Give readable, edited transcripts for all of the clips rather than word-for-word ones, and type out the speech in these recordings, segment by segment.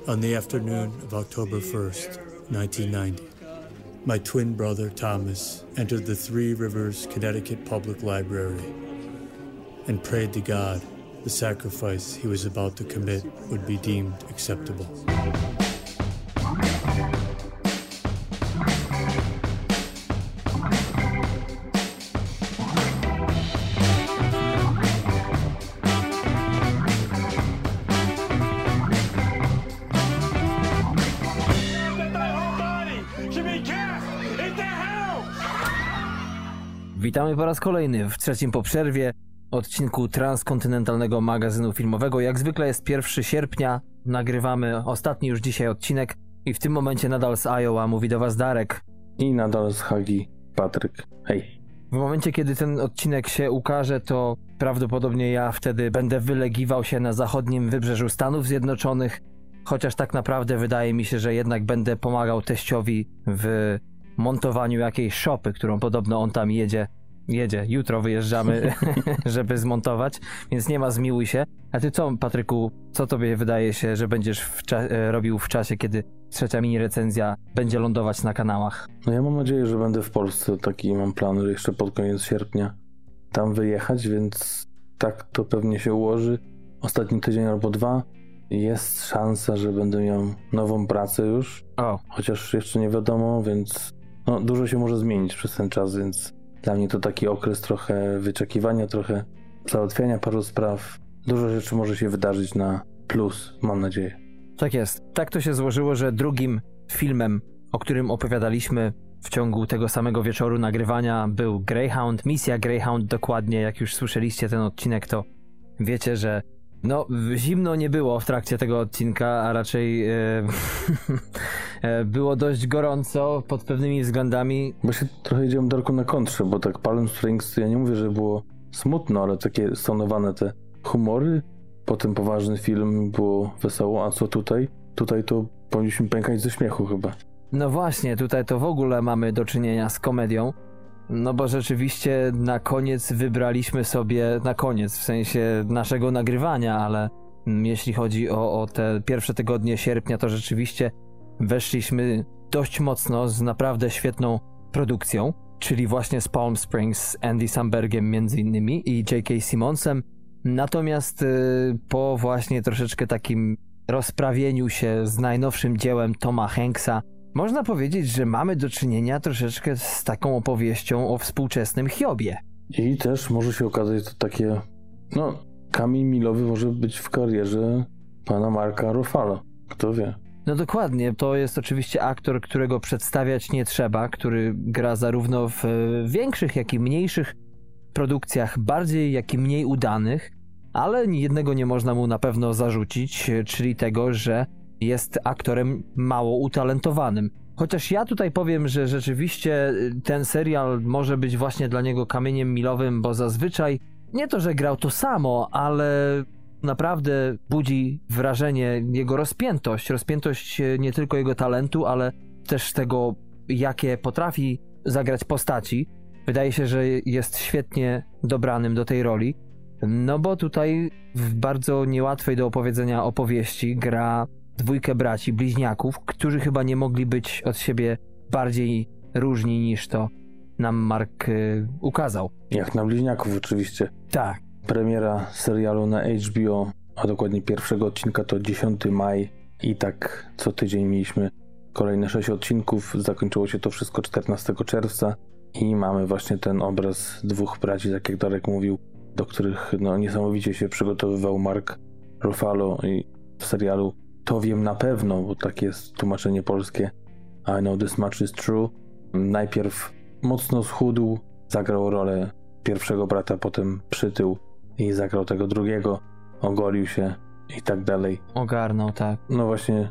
On the afternoon of October 1st, 1990, my twin brother Thomas entered the Three Rivers, Connecticut Public Library and prayed to God the sacrifice he was about to commit would be deemed acceptable. Witamy po raz kolejny w trzecim po przerwie odcinku transkontynentalnego magazynu filmowego. Jak zwykle jest 1 sierpnia, nagrywamy ostatni już dzisiaj odcinek i w tym momencie nadal z Iowa mówi do was Darek. I nadal z Hagi Patryk. Hej. W momencie, kiedy ten odcinek się ukaże, to prawdopodobnie ja wtedy będę wylegiwał się na zachodnim wybrzeżu Stanów Zjednoczonych, chociaż tak naprawdę wydaje mi się, że jednak będę pomagał teściowi w montowaniu jakiejś szopy, którą podobno on tam jedzie, jutro wyjeżdżamy, żeby zmontować, więc nie ma zmiłuj się. A ty co, Patryku, co tobie wydaje się, że będziesz robił w czasie, kiedy trzecia mini recenzja będzie lądować na kanałach? No ja mam nadzieję, że będę w Polsce, taki mam plan, że jeszcze pod koniec sierpnia tam wyjechać, więc tak to pewnie się ułoży. Ostatni tydzień albo dwa jest szansa, że będę miał nową pracę już, chociaż jeszcze nie wiadomo, więc no, dużo się może zmienić przez ten czas, więc dla mnie to taki okres trochę wyczekiwania, trochę załatwiania paru spraw. Dużo rzeczy może się wydarzyć na plus, mam nadzieję. Tak jest. Tak to się złożyło, że drugim filmem, o którym opowiadaliśmy w ciągu tego samego wieczoru nagrywania, był Greyhound, misja Greyhound dokładnie. Jak już słyszeliście ten odcinek, to wiecie, że no, zimno nie było w trakcie tego odcinka, a raczej było dość gorąco pod pewnymi względami. Bo się trochę idziemy Darku na kontrze, bo tak Palm Springs, ja nie mówię, że było smutno, ale takie stonowane te humory. Potem poważny film, było wesoło, a co tutaj? Tutaj to powinniśmy pękać ze śmiechu chyba. No właśnie, tutaj to w ogóle mamy do czynienia z komedią. No bo rzeczywiście na koniec wybraliśmy sobie, w sensie naszego nagrywania, ale jeśli chodzi o te pierwsze tygodnie sierpnia, to rzeczywiście weszliśmy dość mocno z naprawdę świetną produkcją, czyli właśnie z Palm Springs, z Andy Sambergiem między innymi i J.K. Simmonsem. Natomiast po właśnie troszeczkę takim rozprawieniu się z najnowszym dziełem Toma Hanksa, można powiedzieć, że mamy do czynienia troszeczkę z taką opowieścią o współczesnym Hiobie. I też może się okazać to takie, kamień milowy może być w karierze pana Marka Ruffalo. Kto wie? No dokładnie, to jest oczywiście aktor, którego przedstawiać nie trzeba, który gra zarówno w większych, jak i mniejszych produkcjach, bardziej jak i mniej udanych, ale jednego nie można mu na pewno zarzucić, czyli tego, że jest aktorem mało utalentowanym. Chociaż ja tutaj powiem, że rzeczywiście ten serial może być właśnie dla niego kamieniem milowym, bo zazwyczaj nie to, że grał to samo, ale naprawdę budzi wrażenie jego rozpiętość nie tylko jego talentu, ale też tego, jakie potrafi zagrać postaci. Wydaje się, że jest świetnie dobranym do tej roli, no bo tutaj w bardzo niełatwej do opowiedzenia opowieści gra dwójkę braci, bliźniaków, którzy chyba nie mogli być od siebie bardziej różni niż to nam Mark ukazał. Jak na bliźniaków oczywiście. Tak. Premiera serialu na HBO, a dokładnie pierwszego odcinka to 10 maj i tak co tydzień mieliśmy kolejne 6 odcinków. Zakończyło się to wszystko 14 czerwca i mamy właśnie ten obraz dwóch braci, tak jak Darek mówił, do których niesamowicie się przygotowywał Mark Ruffalo i w serialu To wiem na pewno, bo tak jest tłumaczenie polskie. I know this much is true. Najpierw mocno schudł, zagrał rolę pierwszego brata, potem przytył i zagrał tego drugiego, ogolił się i tak dalej. Ogarnął, tak. No właśnie.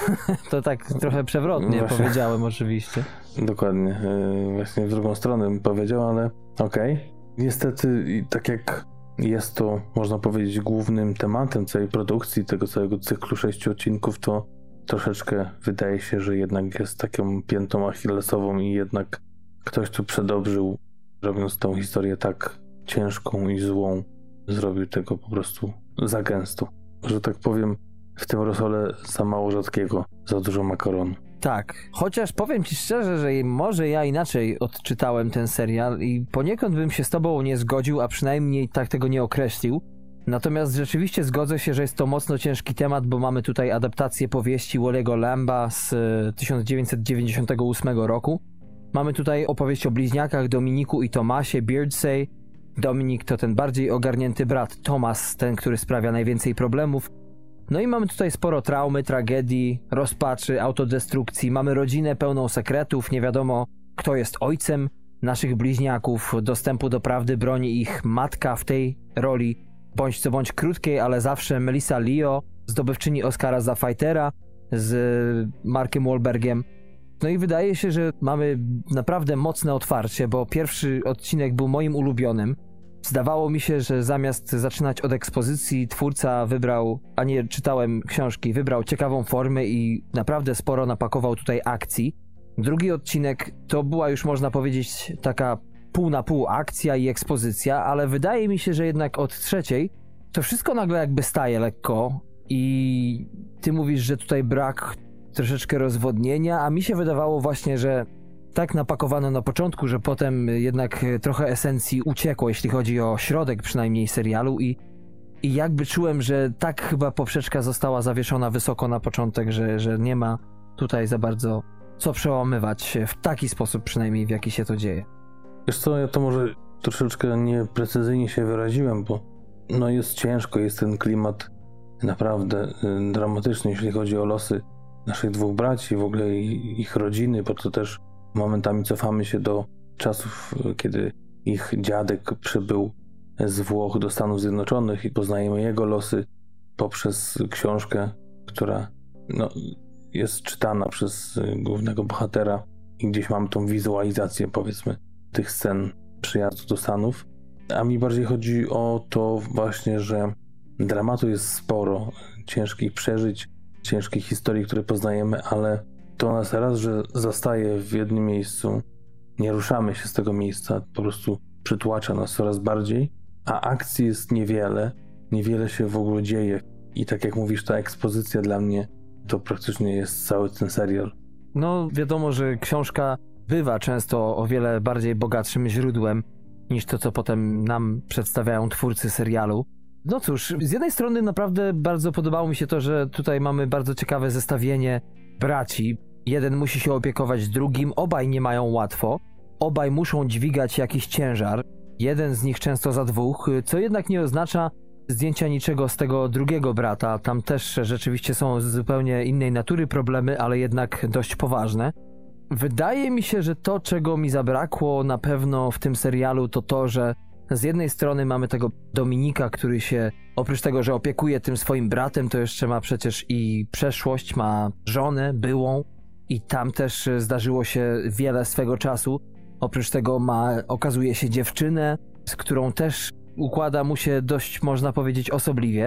To tak trochę przewrotnie powiedziałem oczywiście. Dokładnie. Właśnie w drugą stronę bym powiedział, ale okej. Niestety, tak jak jest to, można powiedzieć, głównym tematem całej produkcji, tego całego cyklu 6 odcinków, to troszeczkę wydaje się, że jednak jest taką piętą achillesową i jednak ktoś tu przedobrzył, robiąc tą historię tak ciężką i złą, zrobił tego po prostu za gęsto. Że tak powiem, w tym rosole za mało rzadkiego, za dużo makaronu. Tak, chociaż powiem ci szczerze, że może ja inaczej odczytałem ten serial i poniekąd bym się z tobą nie zgodził, a przynajmniej tak tego nie określił. Natomiast rzeczywiście zgodzę się, że jest to mocno ciężki temat, bo mamy tutaj adaptację powieści Wally'ego Lamba z 1998 roku. Mamy tutaj opowieść o bliźniakach Dominiku i Thomasie Beardsey. Dominik to ten bardziej ogarnięty brat, Thomas ten, który sprawia najwięcej problemów. No i mamy tutaj sporo traumy, tragedii, rozpaczy, autodestrukcji. Mamy rodzinę pełną sekretów, nie wiadomo kto jest ojcem naszych bliźniaków. Dostępu do prawdy broni ich matka w tej roli, bądź co bądź krótkiej, ale zawsze Melissa Leo, zdobywczyni Oscara za Fightera z Markiem Wahlbergiem. No i wydaje się, że mamy naprawdę mocne otwarcie, bo pierwszy odcinek był moim ulubionym. Zdawało mi się, że zamiast zaczynać od ekspozycji, twórca wybrał, a nie czytałem książki, wybrał ciekawą formę i naprawdę sporo napakował tutaj akcji. Drugi odcinek to była już, można powiedzieć, taka pół na pół akcja i ekspozycja, ale wydaje mi się, że jednak od trzeciej to wszystko nagle jakby staje lekko i ty mówisz, że tutaj brak troszeczkę rozwodnienia, a mi się wydawało właśnie, że tak napakowano na początku, że potem jednak trochę esencji uciekło, jeśli chodzi o środek przynajmniej serialu i jakby czułem, że tak chyba poprzeczka została zawieszona wysoko na początek, że nie ma tutaj za bardzo co przełamywać w taki sposób przynajmniej, w jaki się to dzieje. Wiesz co, ja to może troszeczkę nieprecyzyjnie się wyraziłem, bo no jest ciężko, jest ten klimat naprawdę dramatyczny, jeśli chodzi o losy naszych dwóch braci, w ogóle ich rodziny, bo to też momentami cofamy się do czasów, kiedy ich dziadek przybył z Włoch do Stanów Zjednoczonych i poznajemy jego losy poprzez książkę, która jest czytana przez głównego bohatera i gdzieś mamy tą wizualizację, powiedzmy, tych scen przyjazdu do Stanów. A mi bardziej chodzi o to właśnie, że dramatu jest sporo, ciężkich przeżyć, ciężkich historii, które poznajemy, ale to nas raz, że zastaje w jednym miejscu, nie ruszamy się z tego miejsca, po prostu przytłacza nas coraz bardziej, a akcji jest niewiele się w ogóle dzieje i tak jak mówisz, ta ekspozycja dla mnie to praktycznie jest cały ten serial. No wiadomo, że książka bywa często o wiele bardziej bogatszym źródłem niż to, co potem nam przedstawiają twórcy serialu. No cóż, z jednej strony naprawdę bardzo podobało mi się to, że tutaj mamy bardzo ciekawe zestawienie braci. Jeden musi się opiekować drugim, obaj nie mają łatwo, obaj muszą dźwigać jakiś ciężar, jeden z nich często za dwóch, co jednak nie oznacza zdjęcia niczego z tego drugiego brata. Tam też rzeczywiście są zupełnie innej natury problemy, ale jednak dość poważne. Wydaje mi się, że to, czego mi zabrakło na pewno w tym serialu, to to, że z jednej strony mamy tego Dominika, który się, oprócz tego, że opiekuje tym swoim bratem, to jeszcze ma przecież i przeszłość, ma żonę byłą i tam też zdarzyło się wiele swego czasu. Oprócz tego okazuje się dziewczynę, z którą też układa mu się dość, można powiedzieć, osobliwie.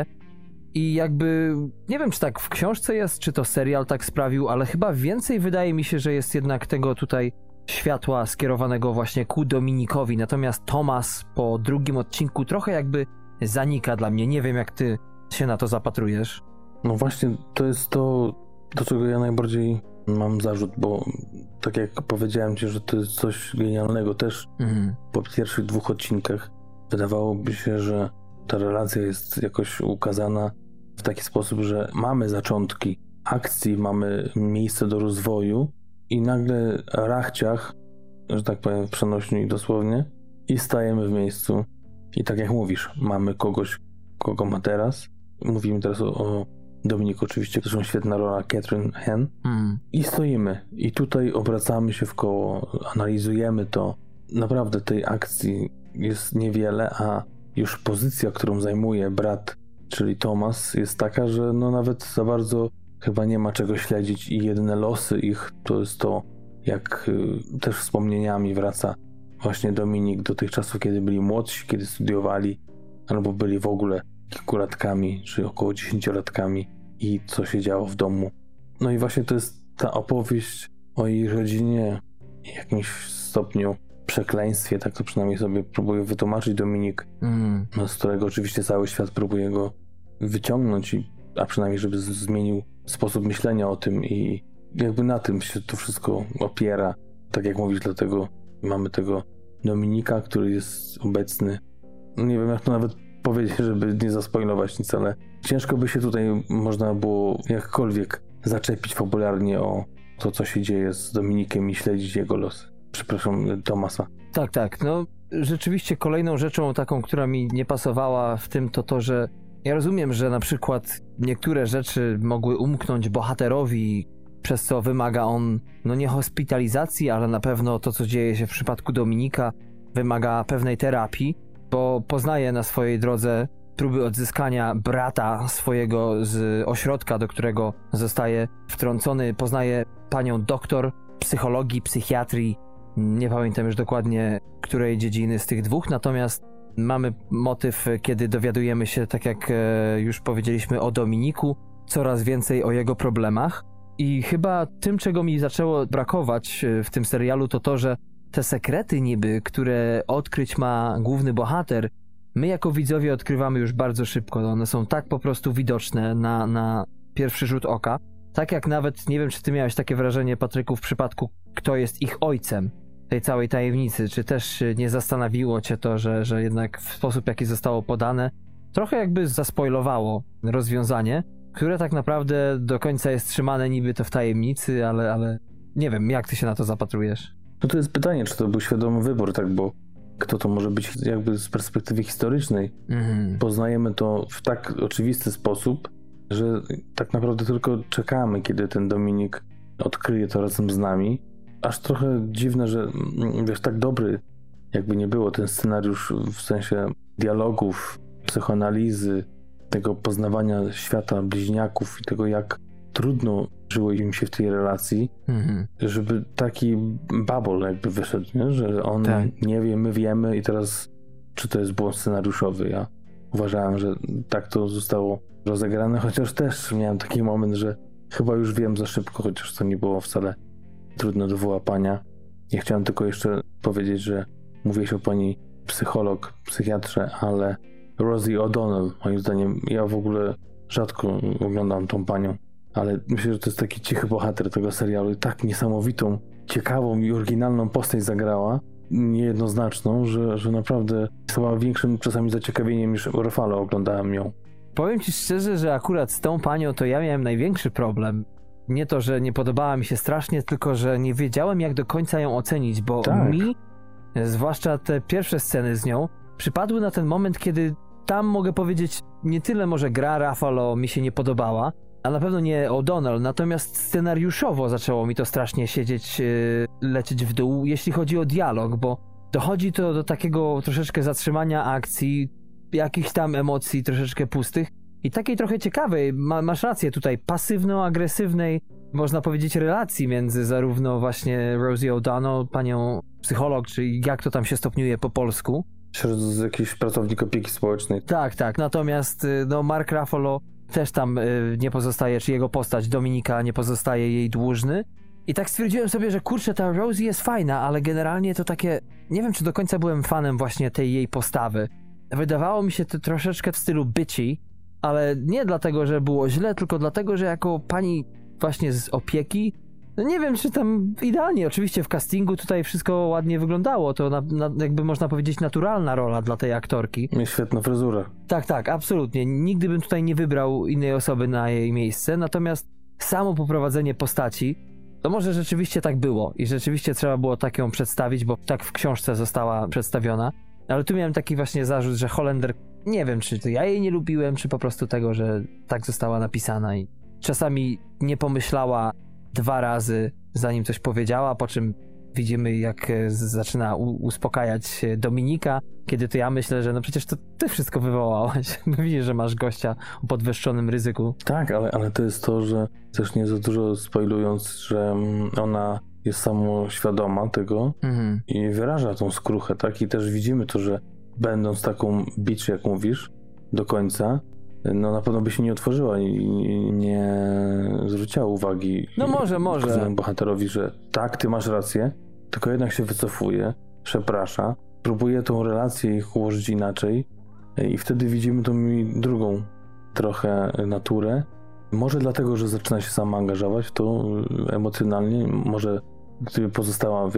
I jakby, nie wiem czy tak w książce jest, czy to serial tak sprawił, ale chyba więcej wydaje mi się, że jest jednak tego tutaj światła skierowanego właśnie ku Dominikowi. Natomiast Thomas po drugim odcinku trochę jakby zanika dla mnie. Nie wiem jak ty się na to zapatrujesz. No właśnie to jest to, do czego ja najbardziej mam zarzut, bo tak jak powiedziałem ci, że to jest coś genialnego też po pierwszych dwóch odcinkach. Wydawałoby się, że ta relacja jest jakoś ukazana w taki sposób, że mamy zaczątki akcji, mamy miejsce do rozwoju i nagle rachciach, że tak powiem w przenośni dosłownie, i stajemy w miejscu. I tak jak mówisz, mamy kogoś, kogo ma teraz. Mówimy teraz o Dominiku oczywiście, zresztą świetna rola Catherine Hahn. I stoimy. I tutaj obracamy się w koło, analizujemy to. Naprawdę tej akcji jest niewiele, a już pozycja, którą zajmuje brat, czyli Thomas, jest taka, że no nawet za bardzo chyba nie ma czego śledzić i jedyne losy ich to jest to, jak też wspomnieniami wraca właśnie Dominik do tych czasów, kiedy byli młodsi, kiedy studiowali, albo byli w ogóle kilkulatkami, czy około 10-latkami i co się działo w domu. No i właśnie to jest ta opowieść o jej rodzinie w jakimś stopniu przekleństwie, tak to przynajmniej sobie próbuje wytłumaczyć Dominik, z którego oczywiście cały świat próbuje go wyciągnąć i a przynajmniej żeby zmienił sposób myślenia o tym i jakby na tym się to wszystko opiera. Tak jak mówisz, dlatego mamy tego Dominika, który jest obecny. No nie wiem, jak to nawet powiedzieć, żeby nie zaspoilować nic, ale ciężko by się tutaj można było jakkolwiek zaczepić fabularnie o to, co się dzieje z Dominikiem i śledzić jego losy. Przepraszam, Thomasa. Tak, no rzeczywiście kolejną rzeczą taką, która mi nie pasowała w tym to, że ja rozumiem, że na przykład niektóre rzeczy mogły umknąć bohaterowi, przez co wymaga on, no nie hospitalizacji, ale na pewno to, co dzieje się w przypadku Dominika, wymaga pewnej terapii, bo poznaje na swojej drodze próby odzyskania brata swojego z ośrodka, do którego zostaje wtrącony. Poznaje panią doktor psychologii, psychiatrii, nie pamiętam już dokładnie której dziedziny z tych dwóch, natomiast mamy motyw, kiedy dowiadujemy się, tak jak już powiedzieliśmy o Dominiku, coraz więcej o jego problemach. I chyba tym, czego mi zaczęło brakować w tym serialu, to, że te sekrety niby, które odkryć ma główny bohater, my jako widzowie odkrywamy już bardzo szybko. One są tak po prostu widoczne na pierwszy rzut oka. Tak jak nawet, nie wiem, czy ty miałeś takie wrażenie, Patryku, w przypadku, kto jest ich ojcem tej całej tajemnicy. Czy też nie zastanowiło cię to, że jednak w sposób, jaki zostało podane, trochę jakby zaspoilowało rozwiązanie, które tak naprawdę do końca jest trzymane niby to w tajemnicy, ale nie wiem, jak ty się na to zapatrujesz? No to jest pytanie, czy to był świadomy wybór, tak, bo kto to może być jakby z perspektywy historycznej. Poznajemy to w tak oczywisty sposób, że tak naprawdę tylko czekamy, kiedy ten Dominik odkryje to razem z nami. Aż trochę dziwne, że wiesz, tak dobry jakby nie było ten scenariusz w sensie dialogów, psychoanalizy, tego poznawania świata bliźniaków i tego, jak trudno żyło im się w tej relacji, żeby taki babol jakby wyszedł, nie? Że on nie wie, my wiemy i teraz czy to jest błąd scenariuszowy. Ja uważałem, że tak to zostało rozegrane, chociaż też miałem taki moment, że chyba już wiem za szybko, chociaż to nie było wcale trudne do wyłapania. Ja chciałem tylko jeszcze powiedzieć, że mówiłeś o pani psycholog, psychiatrze, ale Rosie O'Donnell, moim zdaniem, ja w ogóle rzadko oglądam tą panią, ale myślę, że to jest taki cichy bohater tego serialu i tak niesamowitą, ciekawą i oryginalną postać zagrała, niejednoznaczną, że naprawdę chyba większym czasami zaciekawieniem niż Ruffalo oglądałem ją. Powiem ci szczerze, że akurat z tą panią to ja miałem największy problem. Nie to, że nie podobała mi się strasznie, tylko że nie wiedziałem, jak do końca ją ocenić, bo mi, zwłaszcza te pierwsze sceny z nią, przypadły na ten moment, kiedy tam mogę powiedzieć, nie tyle może gra Ruffalo mi się nie podobała, a na pewno nie O'Donnell, natomiast scenariuszowo zaczęło mi to strasznie siedzieć, lecieć w dół, jeśli chodzi o dialog, bo dochodzi to do takiego troszeczkę zatrzymania akcji, jakichś tam emocji troszeczkę pustych i takiej trochę ciekawej, masz rację tutaj, pasywno-agresywnej, można powiedzieć, relacji między zarówno właśnie Rosie O'Donnell, panią psycholog, czy jak to tam się stopniuje po polsku. Z jakiś pracownik opieki społecznej. Tak. Natomiast no Mark Ruffalo też tam nie pozostaje, czy jego postać Dominika nie pozostaje jej dłużny. I tak stwierdziłem sobie, że kurczę, ta Rosie jest fajna, ale generalnie to takie... Nie wiem, czy do końca byłem fanem właśnie tej jej postawy. Wydawało mi się to troszeczkę w stylu bitchy, ale nie dlatego, że było źle, tylko dlatego, że jako pani właśnie z opieki, no nie wiem, czy tam idealnie, oczywiście w castingu tutaj wszystko ładnie wyglądało, to jakby można powiedzieć naturalna rola dla tej aktorki. Świetna fryzura. Tak, absolutnie. Nigdy bym tutaj nie wybrał innej osoby na jej miejsce, natomiast samo poprowadzenie postaci, to może rzeczywiście tak było i rzeczywiście trzeba było tak ją przedstawić, bo tak w książce została przedstawiona, ale tu miałem taki właśnie zarzut, że Hollander, nie wiem, czy to ja jej nie lubiłem, czy po prostu tego, że tak została napisana i czasami nie pomyślała 2 razy, zanim coś powiedziała, po czym widzimy, jak zaczyna uspokajać Dominika, kiedy to ja myślę, że no przecież to ty wszystko wywołałaś. Widzisz, że masz gościa o podwyższonym ryzyku. Tak, ale to jest to, że też nie za dużo spoilując, że ona jest samoświadoma tego i wyraża tą skruchę, tak? I też widzimy to, że będąc taką bitch, jak mówisz, do końca, no na pewno by się nie otworzyła i nie zwróciła uwagi może bohaterowi, że tak, ty masz rację, tylko jednak się wycofuje, przeprasza, próbuje tą relację ich ułożyć inaczej i wtedy widzimy tą drugą trochę naturę. Może dlatego, że zaczyna się sama angażować w to emocjonalnie. Może gdyby pozostała,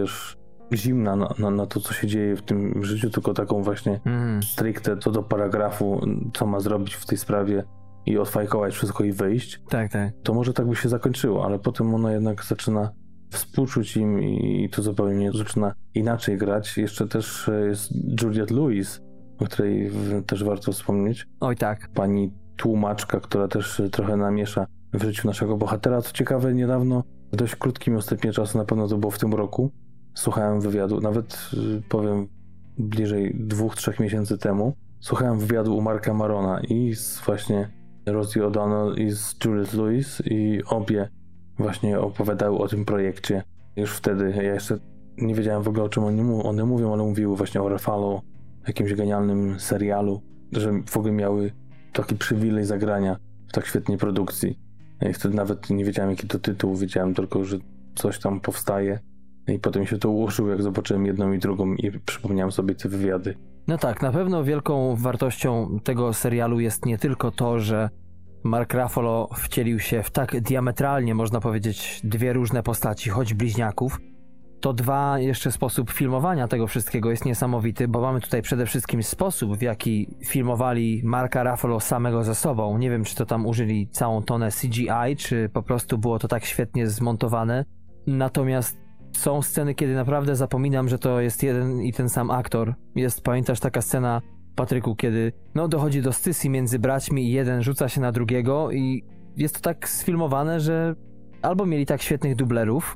zimna na to, co się dzieje w tym życiu, tylko taką właśnie stricte co do paragrafu, co ma zrobić w tej sprawie i odfajkować wszystko i wyjść. Tak. To może tak by się zakończyło, ale potem ona jednak zaczyna współczuć im i to zupełnie zaczyna inaczej grać. Jeszcze też jest Juliette Lewis, o której też warto wspomnieć. Oj tak. Pani tłumaczka, która też trochę namiesza w życiu naszego bohatera. Co ciekawe, niedawno, w dość krótkim ostatnim czasu, na pewno to było w tym roku, słuchałem wywiadu, nawet powiem bliżej 2-3 miesięcy temu, słuchałem wywiadu u Marka Marona i z właśnie Rosie O'Donnell i z Juliette Lewis i obie właśnie opowiadały o tym projekcie. Już wtedy, ja jeszcze nie wiedziałem w ogóle, o czym one mówią, ale mówiły właśnie o Ruffalo, jakimś genialnym serialu, że w ogóle miały taki przywilej zagrania w tak świetnej produkcji. I wtedy nawet nie wiedziałem, jaki to tytuł, wiedziałem tylko, że coś tam powstaje. I potem się to ułożyło, jak zobaczyłem jedną i drugą i przypomniałem sobie te wywiady. No tak, na pewno wielką wartością tego serialu jest nie tylko to, że Mark Ruffalo wcielił się w tak diametralnie, można powiedzieć, dwie różne postaci, choć bliźniaków. To jeszcze sposób filmowania tego wszystkiego jest niesamowity, bo mamy tutaj przede wszystkim sposób, w jaki filmowali Marka Ruffalo samego ze sobą. Nie wiem, czy to tam użyli całą tonę CGI, czy po prostu było to tak świetnie zmontowane. Natomiast są sceny, kiedy naprawdę zapominam, że to jest jeden i ten sam aktor. Pamiętasz taka scena, Patryku, kiedy dochodzi do scysji między braćmi i jeden rzuca się na drugiego i jest to tak sfilmowane, że albo mieli tak świetnych dublerów,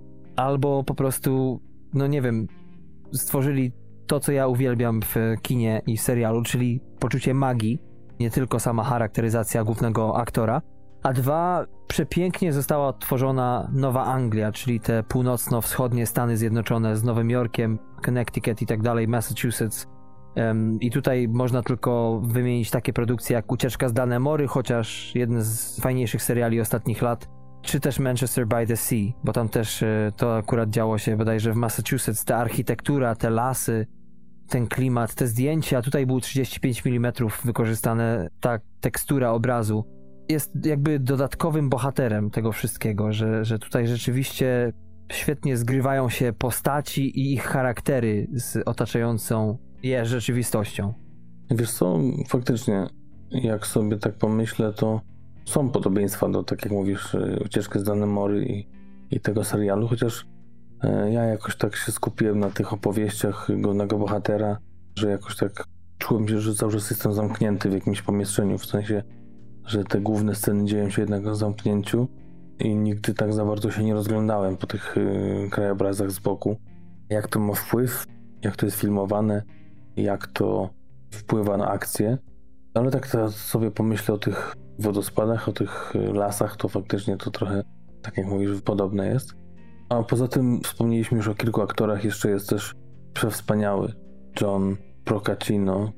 albo po prostu, nie wiem, stworzyli to, co ja uwielbiam w kinie i w serialu, czyli poczucie magii, nie tylko sama charakteryzacja głównego aktora, a dwa, przepięknie została odtworzona Nowa Anglia, czyli te północno-wschodnie Stany Zjednoczone z Nowym Jorkiem, Connecticut i tak dalej, Massachusetts. I tutaj można tylko wymienić takie produkcje jak Ucieczka z Danemory, chociaż jeden z fajniejszych seriali ostatnich lat, czy też Manchester by the Sea, bo tam też to akurat działo się bodajże w Massachusetts. Ta architektura, te lasy, ten klimat, te zdjęcia, tutaj było 35 mm wykorzystane, ta tekstura obrazu jest jakby dodatkowym bohaterem tego wszystkiego, że tutaj rzeczywiście świetnie zgrywają się postaci i ich charaktery z otaczającą je rzeczywistością. Wiesz co, faktycznie, jak sobie tak pomyślę, to są podobieństwa do, tak jak mówisz, Ucieczki z Danemory i tego serialu, chociaż ja jakoś tak się skupiłem na tych opowieściach głównego bohatera, że jakoś tak czułem się, że cały czas jestem zamknięty w jakimś pomieszczeniu, w sensie, że te główne sceny dzieją się jednak na zamknięciu i nigdy tak za bardzo się nie rozglądałem po tych krajobrazach z boku. Jak to ma wpływ, jak to jest filmowane, jak to wpływa na akcję. Ale tak sobie pomyślę o tych wodospadach, o tych lasach, to faktycznie to trochę, tak jak mówisz, podobne jest. A poza tym wspomnieliśmy już o kilku aktorach, jeszcze jest też przewspaniały John Procaccino,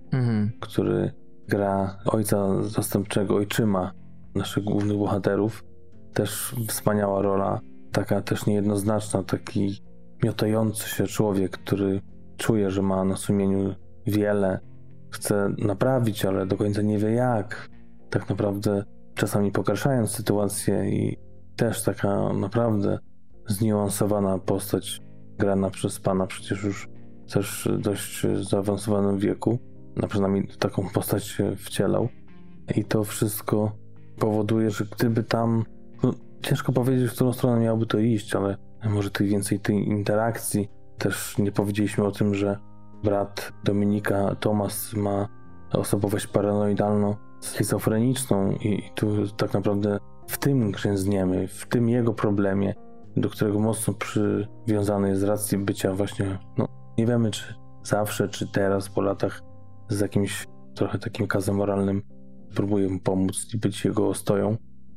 który gra ojca zastępczego, ojczyma naszych głównych bohaterów. Też wspaniała rola, taka też niejednoznaczna, taki miotający się człowiek, który czuje, że ma na sumieniu wiele, chce naprawić, ale do końca nie wie jak. Tak naprawdę czasami pogarszając sytuację i też taka naprawdę zniuansowana postać grana przez pana przecież już też dość zaawansowanym wieku. Przynajmniej taką postać się wcielał. I to wszystko powoduje, że gdyby tam... ciężko powiedzieć, w którą stronę miałoby to iść, ale może więcej tej interakcji. Też nie powiedzieliśmy o tym, że brat Dominika, Thomas, ma osobowość paranoidalną, schizofreniczną i tu tak naprawdę w tym grzęzniemy, w tym jego problemie, do którego mocno przywiązany jest z racji bycia właśnie, nie wiemy czy zawsze, czy teraz po latach z jakimś trochę takim kazem moralnym próbuje mu pomóc i być jego ostoją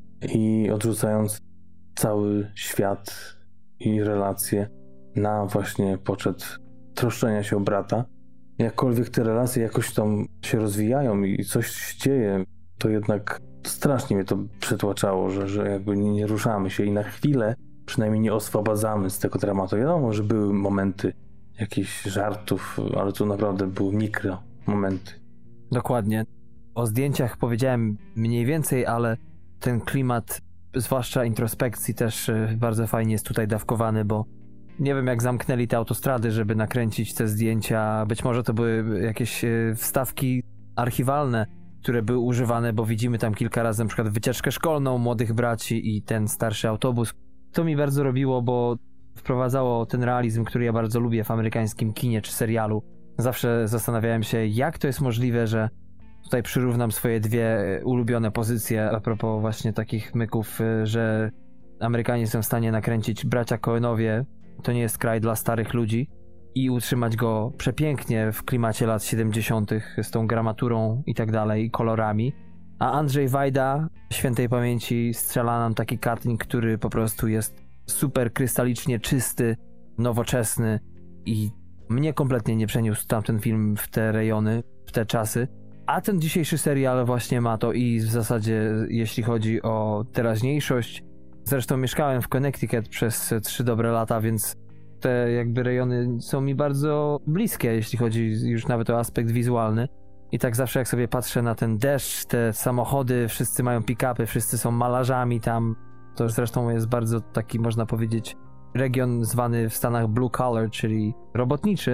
i odrzucając cały świat i relacje na właśnie poczet troszczenia się o brata. Jakkolwiek te relacje jakoś tam się rozwijają i coś się dzieje, to jednak strasznie mnie to przytłaczało, że jakby nie ruszamy się i na chwilę przynajmniej nie oswobadzamy z tego dramatu. Wiadomo, że były momenty jakichś żartów, ale to naprawdę były mikro momenty. Dokładnie. O zdjęciach powiedziałem mniej więcej, ale ten klimat, zwłaszcza introspekcji, też bardzo fajnie jest tutaj dawkowany, bo nie wiem, jak zamknęli te autostrady, żeby nakręcić te zdjęcia. Być może to były jakieś wstawki archiwalne, które były używane, bo widzimy tam kilka razy na przykład wycieczkę szkolną młodych braci i ten starszy autobus. To mi bardzo robiło, bo wprowadzało ten realizm, który ja bardzo lubię w amerykańskim kinie czy serialu. Zawsze zastanawiałem się, jak to jest możliwe, że tutaj przyrównam swoje dwie ulubione pozycje a propos właśnie takich myków, że Amerykanie są w stanie nakręcić Bracia Coenowie, to nie jest kraj dla starych ludzi, i utrzymać go przepięknie w klimacie lat 70. z tą gramaturą i tak dalej, i kolorami. A Andrzej Wajda, świętej pamięci, strzela nam taki cutting, który po prostu jest super krystalicznie czysty, nowoczesny i mnie kompletnie nie przeniósł tamten film w te rejony, w te czasy. A ten dzisiejszy serial właśnie ma to i w zasadzie jeśli chodzi o teraźniejszość, zresztą mieszkałem w Connecticut przez 3 dobre lata, więc te jakby rejony są mi bardzo bliskie, jeśli chodzi już nawet o aspekt wizualny. I tak zawsze jak sobie patrzę na ten deszcz, te samochody, wszyscy mają pick-upy, wszyscy są malarzami tam. To zresztą jest bardzo taki, można powiedzieć, region zwany w Stanach blue collar, czyli robotniczy.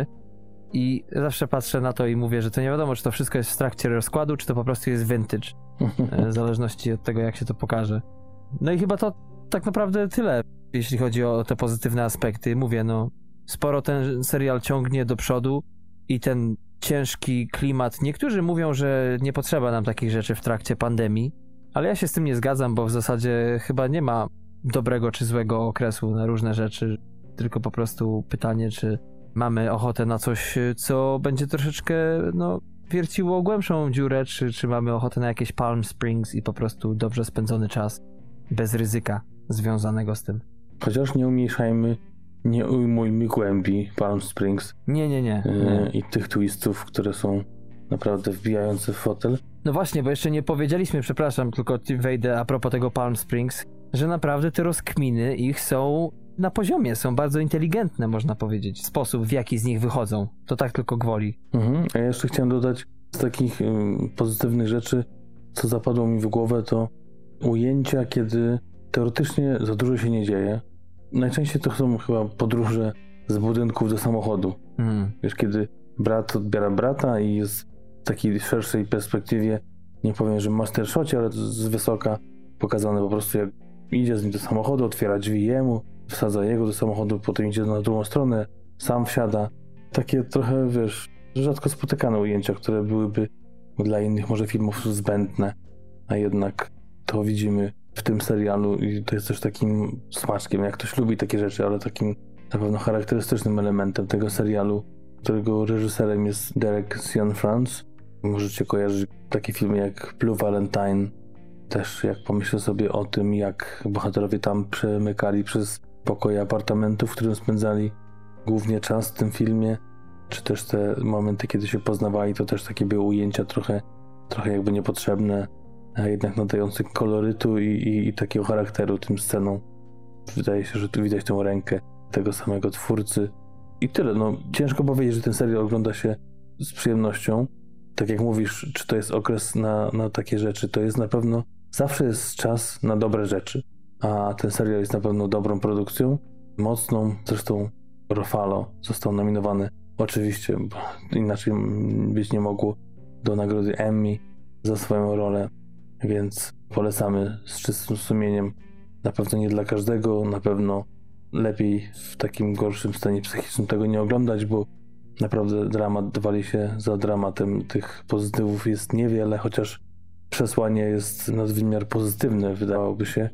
I zawsze patrzę na to i mówię, że to nie wiadomo, czy to wszystko jest w trakcie rozkładu, czy to po prostu jest vintage. W zależności od tego, jak się to pokaże. No i chyba to tak naprawdę tyle, jeśli chodzi o te pozytywne aspekty. Mówię, no, sporo ten serial ciągnie do przodu i ten ciężki klimat. Niektórzy mówią, że nie potrzeba nam takich rzeczy w trakcie pandemii, ale ja się z tym nie zgadzam, bo w zasadzie chyba nie ma dobrego czy złego okresu na różne rzeczy, tylko po prostu pytanie, czy mamy ochotę na coś, co będzie troszeczkę, no, wierciło głębszą dziurę, czy mamy ochotę na jakieś Palm Springs i po prostu dobrze spędzony czas, bez ryzyka związanego z tym. Chociaż nie umniejszajmy, nie ujmujmy głębi Palm Springs. Nie. I tych twistów, które są naprawdę wbijające w fotel. No właśnie, bo jeszcze nie powiedzieliśmy, przepraszam, tylko wejdę a propos tego Palm Springs, że naprawdę te rozkminy ich są na poziomie, są bardzo inteligentne, można powiedzieć. Sposób, w jaki z nich wychodzą. To tak tylko gwoli. A ja jeszcze chciałem dodać z takich pozytywnych rzeczy, co zapadło mi w głowę, to ujęcia, kiedy teoretycznie za dużo się nie dzieje. Najczęściej to są chyba podróże z budynków do samochodu. Wiesz, kiedy brat odbiera brata i jest w takiej szerszej perspektywie, nie powiem, że mastershocie, ale z wysoka pokazane po prostu, jak idzie z nim do samochodu, otwiera drzwi jemu, wsadza jego do samochodu, potem idzie na drugą stronę, sam wsiada. Takie trochę, wiesz, rzadko spotykane ujęcia, które byłyby dla innych może filmów zbędne, a jednak to widzimy w tym serialu i to jest też takim smaczkiem, jak ktoś lubi takie rzeczy, ale takim na pewno charakterystycznym elementem tego serialu, którego reżyserem jest Derek Cianfrance. Możecie kojarzyć takie filmy jak Blue Valentine. Też jak pomyślę sobie o tym, jak bohaterowie tam przemykali przez pokoje apartamentów, w którym spędzali głównie czas w tym filmie, czy też te momenty, kiedy się poznawali, to też takie były ujęcia trochę jakby niepotrzebne, a jednak nadające kolorytu i takiego charakteru tym scenom. Wydaje się, że tu widać tę rękę tego samego twórcy. I tyle. No, ciężko powiedzieć, że ten serial ogląda się z przyjemnością. Tak jak mówisz, czy to jest okres na takie rzeczy, to jest na pewno, zawsze jest czas na dobre rzeczy. A ten serial jest na pewno dobrą produkcją, mocną. Zresztą Ruffalo został nominowany, oczywiście, bo inaczej być nie mogło, do nagrody Emmy za swoją rolę. Więc polecamy z czystym sumieniem. Na pewno nie dla każdego, na pewno lepiej w takim gorszym stanie psychicznym tego nie oglądać, bo naprawdę dramat wali się za dramatem. Tych pozytywów jest niewiele, chociaż przesłanie jest nadwymiar pozytywne, wydawałoby się,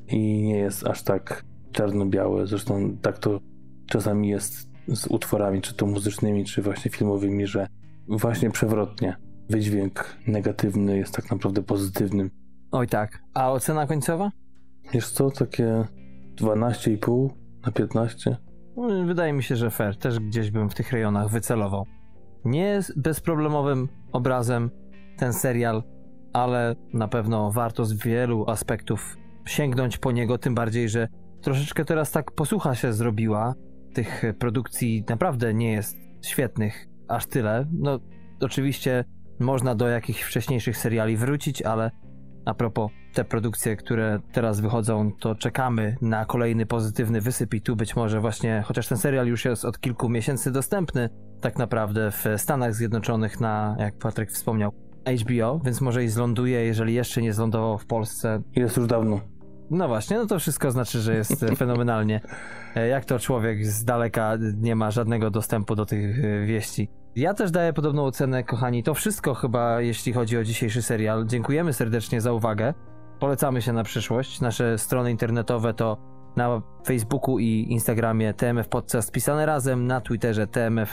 i nie jest aż tak czarno-białe. Zresztą tak to czasami jest z utworami, czy to muzycznymi, czy właśnie filmowymi, że właśnie przewrotnie. Wydźwięk negatywny jest tak naprawdę pozytywnym. Oj tak. A ocena końcowa? Wiesz co, takie 12,5 na 15? Wydaje mi się, że fair. Też gdzieś bym w tych rejonach wycelował. Nie jest bezproblemowym obrazem ten serial, ale na pewno warto z wielu aspektów sięgnąć po niego, tym bardziej, że troszeczkę teraz tak posłucha się zrobiła. Tych produkcji naprawdę nie jest świetnych aż tyle. No oczywiście można do jakichś wcześniejszych seriali wrócić, ale a propos te produkcje, które teraz wychodzą, to czekamy na kolejny pozytywny wysyp i tu być może właśnie, chociaż ten serial już jest od kilku miesięcy dostępny tak naprawdę w Stanach Zjednoczonych na, jak Patryk wspomniał, HBO, więc może i zląduje, jeżeli jeszcze nie zlądował w Polsce. Jest już dawno. No właśnie, no to wszystko znaczy, że jest fenomenalnie. Jak to człowiek z daleka nie ma żadnego dostępu do tych wieści. Ja też daję podobną ocenę, kochani. To wszystko chyba, jeśli chodzi o dzisiejszy serial. Dziękujemy serdecznie za uwagę. Polecamy się na przyszłość. Nasze strony internetowe to na Facebooku i Instagramie TMF Podcast pisane razem, na Twitterze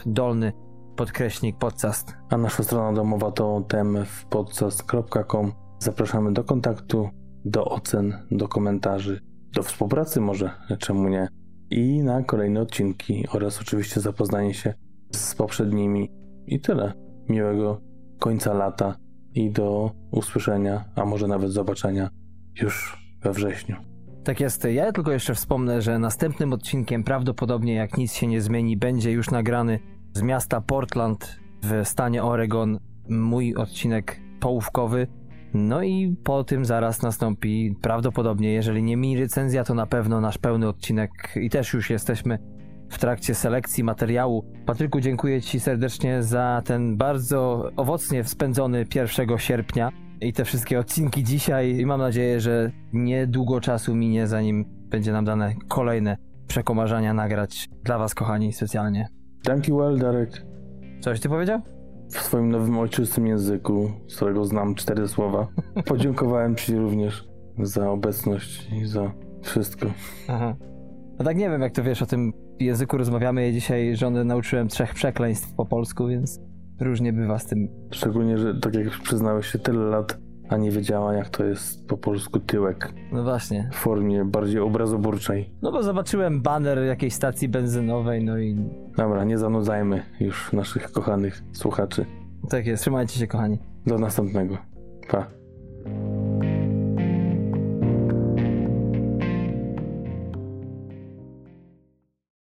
TMF_podcast. A nasza strona domowa to tmfpodcast.com. Zapraszamy do kontaktu, do ocen, do komentarzy, do współpracy może, czemu nie, i na kolejne odcinki oraz oczywiście zapoznanie się z poprzednimi. I tyle. Miłego końca lata i do usłyszenia, a może nawet zobaczenia już we wrześniu. Tak jest. Ja tylko jeszcze wspomnę, że następnym odcinkiem prawdopodobnie, jak nic się nie zmieni, będzie już nagrany z miasta Portland w stanie Oregon mój odcinek połówkowy. No i po tym zaraz nastąpi prawdopodobnie, jeżeli nie mini recenzja, to na pewno nasz pełny odcinek i też już jesteśmy w trakcie selekcji materiału. Patryku, dziękuję Ci serdecznie za ten bardzo owocnie spędzony 1 sierpnia i te wszystkie odcinki dzisiaj i mam nadzieję, że niedługo czasu minie, zanim będzie nam dane kolejne przekomarzania nagrać dla Was, kochani, specjalnie. Thank you well, Darek. Coś Ty powiedział? W swoim nowym ojczystym języku, z którego znam 4 słowa, podziękowałem Ci również za obecność i za wszystko. Aha. No tak nie wiem, jak to wiesz, o tym języku rozmawiamy. Ja dzisiaj żonę nauczyłem 3 przekleństw po polsku, więc różnie bywa z tym. Szczególnie, że tak jak już przyznałeś się tyle lat, a nie wiedziała, jak to jest po polsku tyłek. No właśnie. W formie bardziej obrazoburczej. No bo zobaczyłem baner jakiejś stacji benzynowej, no i... Dobra, nie zanudzajmy już naszych kochanych słuchaczy. Tak jest, trzymajcie się, kochani. Do następnego. Pa.